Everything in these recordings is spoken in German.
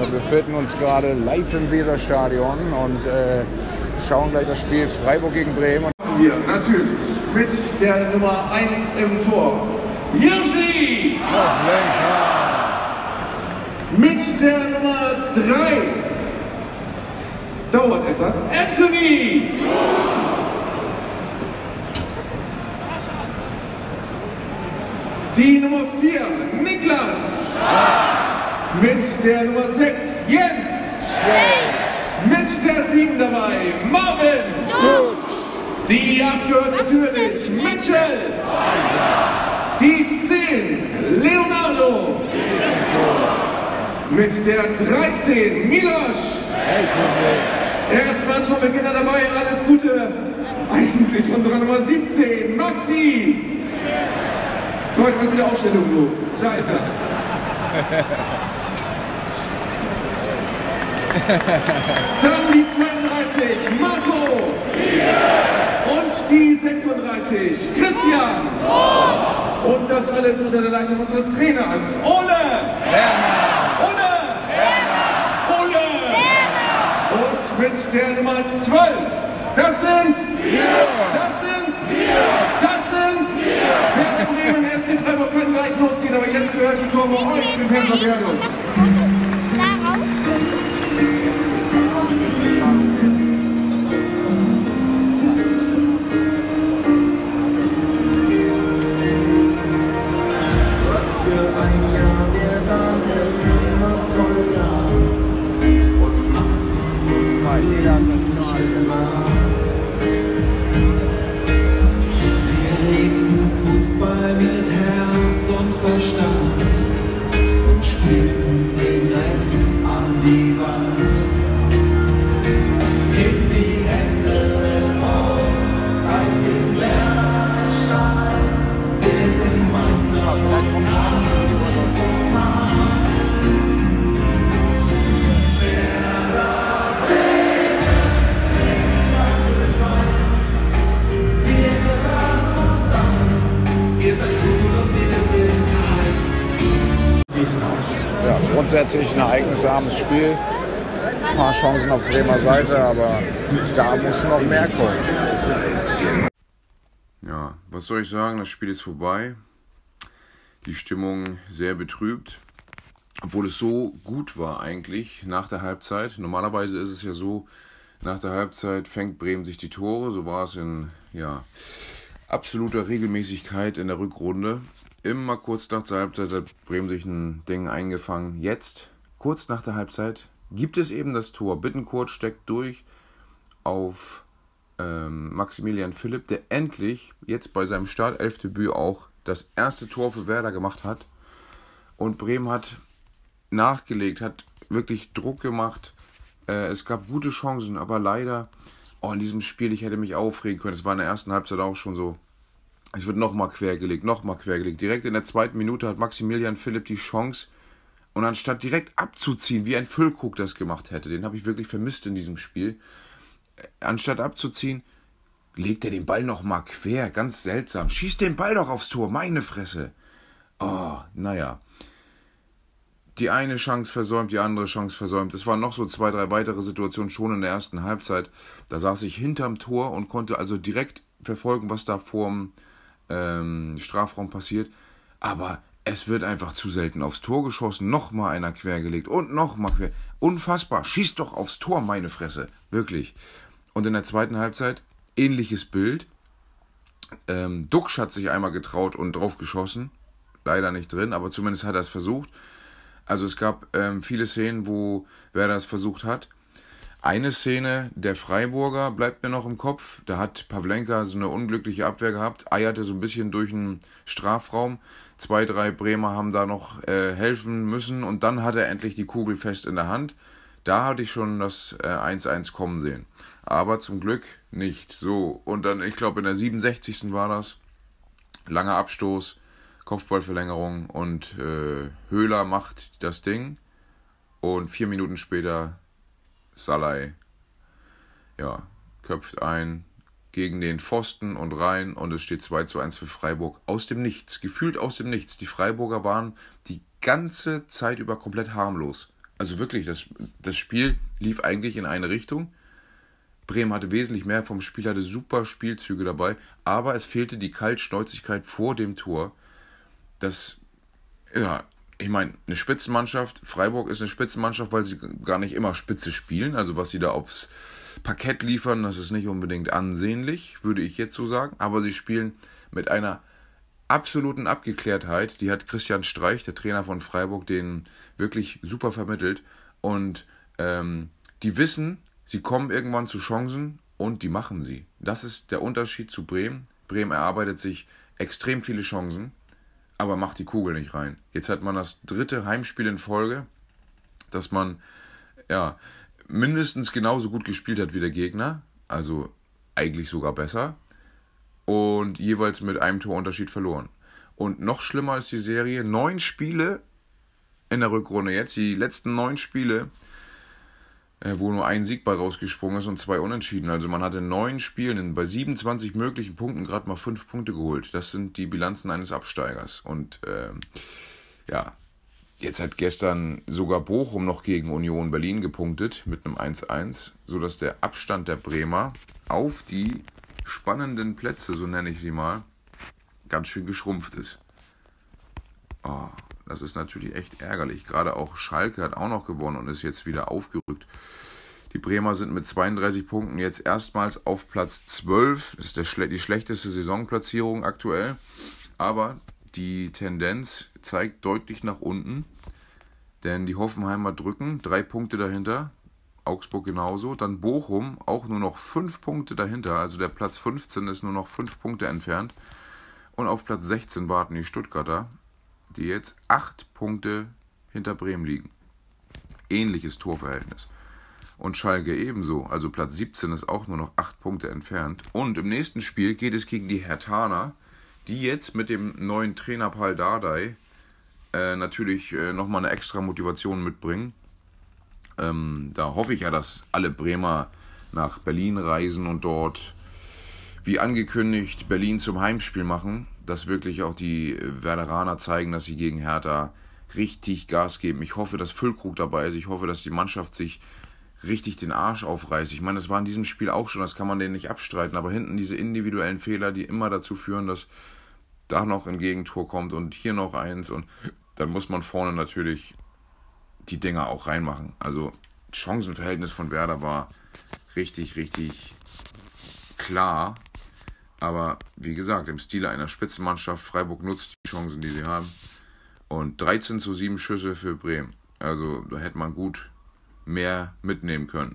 Wir befinden uns gerade live im Weserstadion und schauen gleich das Spiel Freiburg gegen Bremen. Hier natürlich mit der Nummer 1 im Tor, Jiří Pavlenka. Mit der Nummer 3, dauert etwas, Anthony. Die Nummer 4, Niklas. Mit der Nummer 6, Jens. Mit der 7 dabei, Marvin. Die 8 gehört natürlich Mitchell. Die 10, Leonardo. Mit der 13, Milos. Erstmals von Beginn an dabei, alles Gute. Eigentlich unserer Nummer 17, Maxi. Leute, was ist mit der Aufstellung los? Da ist er. Dann die 32, Marco. Und die 36, Christian. Und das alles unter der Leitung unseres Trainers, Ole. Ole. Und mit der Nummer 12, das sind Werder Bremen, SC Freiburg kann gleich losgehen, aber jetzt gehört die Kurve euch, den Fernsehwertung. Was für ein Jahr, wir waren immer voll da und machten, Jeder hat seine es war. Wir lebten Fußball mit Herz und Verstand und spielten den Rest an die Wand. Heb die Hände hoch, zeig den Werder-Schein. Wir sind Meister und haben Pokal. Werder Bremen, schwarz-weiß. Wir gehören zusammen. Ihr seid cool und wir sind heiß. Wie ist es aus? Ja, grundsätzlich ein ereignisarmes Spiel. Ein paar Chancen auf Bremer Seite, aber da muss noch mehr kommen. Ja, was soll ich sagen? Das Spiel ist vorbei. Die Stimmung sehr betrübt. Obwohl es so gut war eigentlich nach der Halbzeit. Normalerweise ist es ja so, nach der Halbzeit fängt Bremen sich die Tore. So war es in absoluter Regelmäßigkeit in der Rückrunde. Immer kurz nach der Halbzeit hat Bremen sich ein Ding eingefangen. Jetzt, kurz nach der Halbzeit, gibt es eben das Tor. Bittencourt steckt durch auf Maximilian Philipp, der endlich jetzt bei seinem Startelfdebüt auch das erste Tor für Werder gemacht hat. Und Bremen hat nachgelegt, hat wirklich Druck gemacht. Es gab gute Chancen, aber leider, in diesem Spiel, ich hätte mich aufregen können. Es war in der ersten Halbzeit auch schon so. Es wird nochmal quergelegt. Direkt in der 2. Minute hat Maximilian Philipp die Chance. Und anstatt direkt abzuziehen, wie ein Füllkrug das gemacht hätte, den habe ich wirklich vermisst in diesem Spiel. Anstatt abzuziehen, legt er den Ball nochmal quer. Ganz seltsam. Schießt den Ball doch aufs Tor, meine Fresse. Die eine Chance versäumt, die andere Chance versäumt. Es waren noch so 2, 3 weitere Situationen schon in der ersten Halbzeit. Da saß ich hinterm Tor und konnte also direkt verfolgen, was da vorm Strafraum passiert. Aber es wird einfach zu selten aufs Tor geschossen. Nochmal einer quergelegt und nochmal quer. Unfassbar. Schießt doch aufs Tor, meine Fresse. Wirklich. Und in der zweiten Halbzeit ähnliches Bild. Duxch hat sich einmal getraut und drauf geschossen. Leider nicht drin, aber zumindest hat er es versucht. Also es gab viele Szenen, wo Werder es versucht hat. Eine Szene, der Freiburger, bleibt mir noch im Kopf. Da hat Pavlenka so eine unglückliche Abwehr gehabt, eierte so ein bisschen durch den Strafraum. 2, 3 Bremer haben da noch helfen müssen und dann hat er endlich die Kugel fest in der Hand. Da hatte ich schon das 1-1 kommen sehen. Aber zum Glück nicht. So, und dann, ich glaube in der 67. war das. Langer Abstoß, Kopfballverlängerung und Höhler macht das Ding. Und 4 Minuten später Salai, köpft ein gegen den Pfosten und rein und es steht 2-1 für Freiburg. Aus dem Nichts, gefühlt aus dem Nichts. Die Freiburger waren die ganze Zeit über komplett harmlos. Also wirklich, das Spiel lief eigentlich in eine Richtung. Bremen hatte wesentlich mehr vom Spiel, hatte super Spielzüge dabei, aber es fehlte die Kaltschnäuzigkeit vor dem Tor. Ich meine, eine Spitzenmannschaft, Freiburg ist eine Spitzenmannschaft, weil sie gar nicht immer Spitze spielen. Also was sie da aufs Parkett liefern, das ist nicht unbedingt ansehnlich, würde ich jetzt so sagen. Aber sie spielen mit einer absoluten Abgeklärtheit. Die hat Christian Streich, der Trainer von Freiburg, denen wirklich super vermittelt. Und die wissen, sie kommen irgendwann zu Chancen und die machen sie. Das ist der Unterschied zu Bremen. Bremen erarbeitet sich extrem viele Chancen, aber macht die Kugel nicht rein. Jetzt hat man das 3. Heimspiel in Folge, dass man mindestens genauso gut gespielt hat wie der Gegner, also eigentlich sogar besser, und jeweils mit einem Torunterschied verloren. Und noch schlimmer ist die Serie, 9 Spiele in der Rückrunde jetzt, die letzten 9 Spiele, wo nur ein Sieg bei rausgesprungen ist und 2 Unentschieden. Also man hatte 9 Spielen bei 27 möglichen Punkten gerade mal 5 Punkte geholt. Das sind die Bilanzen eines Absteigers. Und jetzt hat gestern sogar Bochum noch gegen Union Berlin gepunktet mit einem 1-1, sodass der Abstand der Bremer auf die spannenden Plätze, so nenne ich sie mal, ganz schön geschrumpft ist. Oh, das ist natürlich echt ärgerlich. Gerade auch Schalke hat auch noch gewonnen und ist jetzt wieder aufgerückt. Die Bremer sind mit 32 Punkten jetzt erstmals auf Platz 12. Das ist die schlechteste Saisonplatzierung aktuell. Aber die Tendenz zeigt deutlich nach unten. Denn die Hoffenheimer drücken 3 Punkte dahinter. Augsburg genauso. Dann Bochum auch nur noch 5 Punkte dahinter. Also der Platz 15 ist nur noch 5 Punkte entfernt. Und auf Platz 16 warten die Stuttgarter, die jetzt 8 Punkte hinter Bremen liegen. Ähnliches Torverhältnis. Und Schalke ebenso. Also Platz 17 ist auch nur noch 8 Punkte entfernt. Und im nächsten Spiel geht es gegen die Herthaner, die jetzt mit dem neuen Trainer Pal Dardai natürlich nochmal eine extra Motivation mitbringen. Da hoffe ich ja, dass alle Bremer nach Berlin reisen und dort, wie angekündigt, Berlin zum Heimspiel machen, dass wirklich auch die Werderaner zeigen, dass sie gegen Hertha richtig Gas geben. Ich hoffe, dass Füllkrug dabei ist. Ich hoffe, dass die Mannschaft sich richtig den Arsch aufreißt. Ich meine, das war in diesem Spiel auch schon, das kann man denen nicht abstreiten, aber hinten diese individuellen Fehler, die immer dazu führen, dass da noch ein Gegentor kommt und hier noch eins, und dann muss man vorne natürlich die Dinger auch reinmachen. Also das Chancenverhältnis von Werder war richtig, richtig klar. Aber wie gesagt, im Stile einer Spitzenmannschaft, Freiburg nutzt die Chancen, die sie haben. Und 13:7 Schüsse für Bremen. Also da hätte man gut mehr mitnehmen können.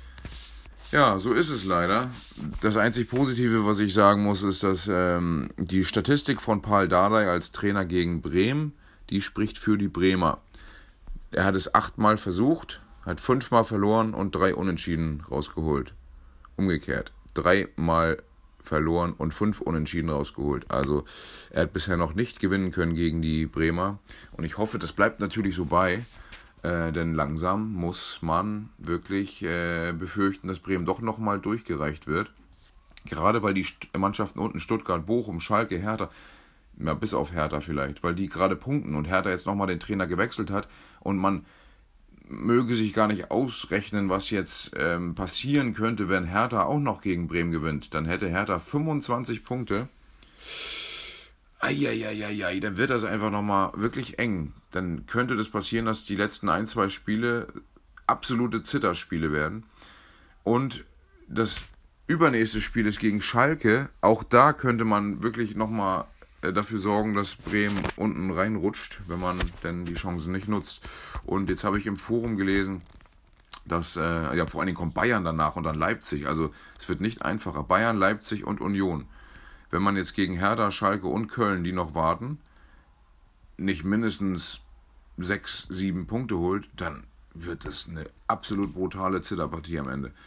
Ja, so ist es leider. Das einzig Positive, was ich sagen muss, ist, dass die Statistik von Pal Dardai als Trainer gegen Bremen, die spricht für die Bremer. Er hat es 8-mal versucht, hat 5-mal verloren und 3 Unentschieden rausgeholt. Umgekehrt, 3-mal verloren und 5 Unentschieden rausgeholt. Also er hat bisher noch nicht gewinnen können gegen die Bremer. Und ich hoffe, das bleibt natürlich so bei. Denn langsam muss man wirklich befürchten, dass Bremen doch nochmal durchgereicht wird. Gerade weil die Mannschaften unten, Stuttgart, Bochum, Schalke, Hertha, bis auf Hertha vielleicht, weil die gerade punkten und Hertha jetzt nochmal den Trainer gewechselt hat und man möge sich gar nicht ausrechnen, was jetzt passieren könnte, wenn Hertha auch noch gegen Bremen gewinnt. Dann hätte Hertha 25 Punkte. Dann wird das einfach nochmal wirklich eng. Dann könnte das passieren, dass die letzten 1-2 Spiele absolute Zitterspiele werden. Und das übernächste Spiel ist gegen Schalke. Auch da könnte man wirklich nochmal dafür sorgen, dass Bremen unten reinrutscht, wenn man denn die Chancen nicht nutzt. Und jetzt habe ich im Forum gelesen, dass vor allen Dingen kommt Bayern danach und dann Leipzig. Also es wird nicht einfacher. Bayern, Leipzig und Union. Wenn man jetzt gegen Hertha, Schalke und Köln, die noch warten, nicht mindestens 6-7 Punkte holt, dann wird das eine absolut brutale Zitterpartie am Ende.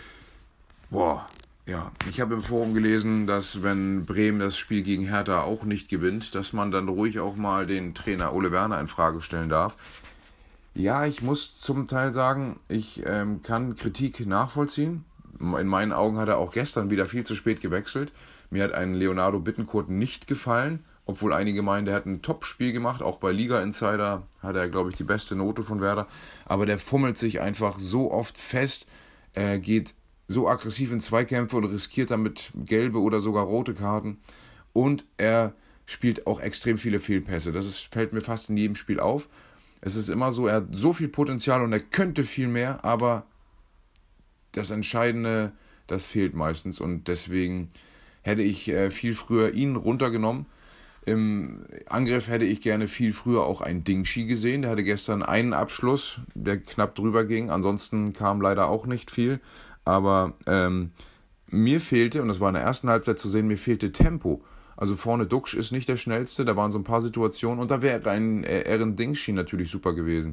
Ich habe im Forum gelesen, dass wenn Bremen das Spiel gegen Hertha auch nicht gewinnt, dass man dann ruhig auch mal den Trainer Ole Werner in Frage stellen darf. Ja, ich muss zum Teil sagen, ich kann Kritik nachvollziehen. In meinen Augen hat er auch gestern wieder viel zu spät gewechselt. Mir hat ein Leonardo Bittencourt nicht gefallen obwohl einige meinen, der hat ein Top-Spiel gemacht, auch bei Liga Insider hat er, glaube ich, die beste Note von Werder, aber der fummelt sich einfach so oft fest, geht so aggressiv in Zweikämpfe und riskiert damit gelbe oder sogar rote Karten und er spielt auch extrem viele Fehlpässe. Fällt mir fast in jedem Spiel auf. Es ist immer so, er hat so viel Potenzial und er könnte viel mehr, aber das Entscheidende, das fehlt meistens und deswegen hätte ich viel früher ihn runtergenommen. Im Angriff hätte ich gerne viel früher auch einen Dingshi gesehen. Der hatte gestern einen Abschluss, der knapp drüber ging. Ansonsten kam leider auch nicht viel. Aber mir fehlte, und das war in der ersten Halbzeit zu sehen, mir fehlte Tempo. Also vorne Duxch ist nicht der Schnellste, da waren so ein paar Situationen. Und da wäre ein Eren Dingshi natürlich super gewesen.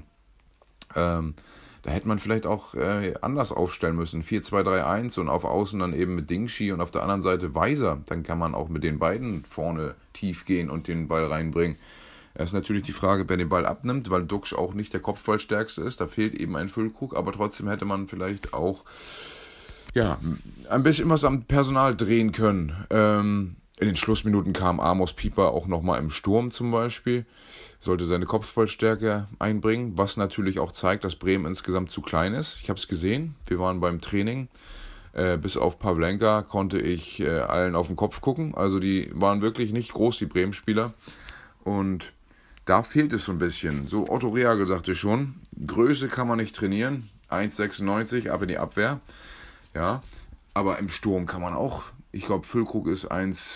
Da hätte man vielleicht auch anders aufstellen müssen. 4-2-3-1 und auf Außen dann eben mit Dingshi und auf der anderen Seite Weiser. Dann kann man auch mit den beiden vorne tief gehen und den Ball reinbringen. Es ist natürlich die Frage, wer den Ball abnimmt, weil Duxch auch nicht der Kopfballstärkste ist. Da fehlt eben ein Füllkrug, aber trotzdem hätte man vielleicht auch ein bisschen was am Personal drehen können. In den Schlussminuten kam Amos Pieper auch nochmal im Sturm zum Beispiel. Sollte seine Kopfballstärke einbringen, was natürlich auch zeigt, dass Bremen insgesamt zu klein ist. Ich habe es gesehen, wir waren beim Training. Bis auf Pavlenka konnte ich allen auf den Kopf gucken. Also die waren wirklich nicht groß, die Bremen-Spieler. Und da fehlt es so ein bisschen. So Otto Rehagel sagte schon, Größe kann man nicht trainieren. 1,96 ab in die Abwehr. Ja, aber im Sturm kann man auch. Ich glaube, Füllkrug ist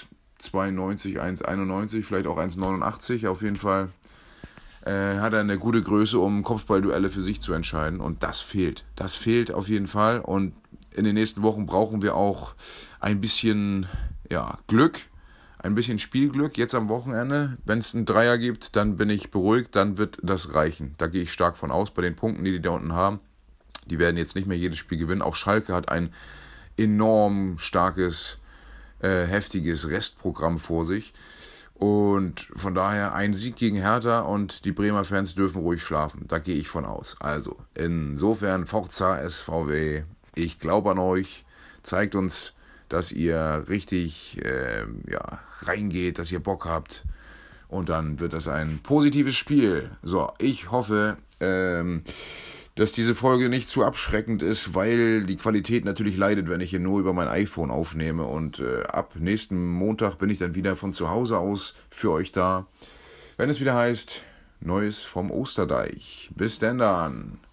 1,92, 1,91, vielleicht auch 1,89. Auf jeden Fall hat er eine gute Größe, um Kopfballduelle für sich zu entscheiden. Und das fehlt. Das fehlt auf jeden Fall. Und in den nächsten Wochen brauchen wir auch ein bisschen Glück, ein bisschen Spielglück. Jetzt am Wochenende, wenn es einen Dreier gibt, dann bin ich beruhigt, dann wird das reichen. Da gehe ich stark von aus, bei den Punkten, die da unten haben. Die werden jetzt nicht mehr jedes Spiel gewinnen. Auch Schalke hat ein enorm starkes, heftiges Restprogramm vor sich. Und von daher ein Sieg gegen Hertha und die Bremer Fans dürfen ruhig schlafen. Da gehe ich von aus. Also, insofern Forza SVW. Ich glaube an euch. Zeigt uns, dass ihr richtig reingeht, dass ihr Bock habt. Und dann wird das ein positives Spiel. So, ich hoffe, dass diese Folge nicht zu abschreckend ist, weil die Qualität natürlich leidet, wenn ich hier nur über mein iPhone aufnehme. Und ab nächsten Montag bin ich dann wieder von zu Hause aus für euch da, wenn es wieder heißt, Neues vom Osterdeich. Bis denn dann.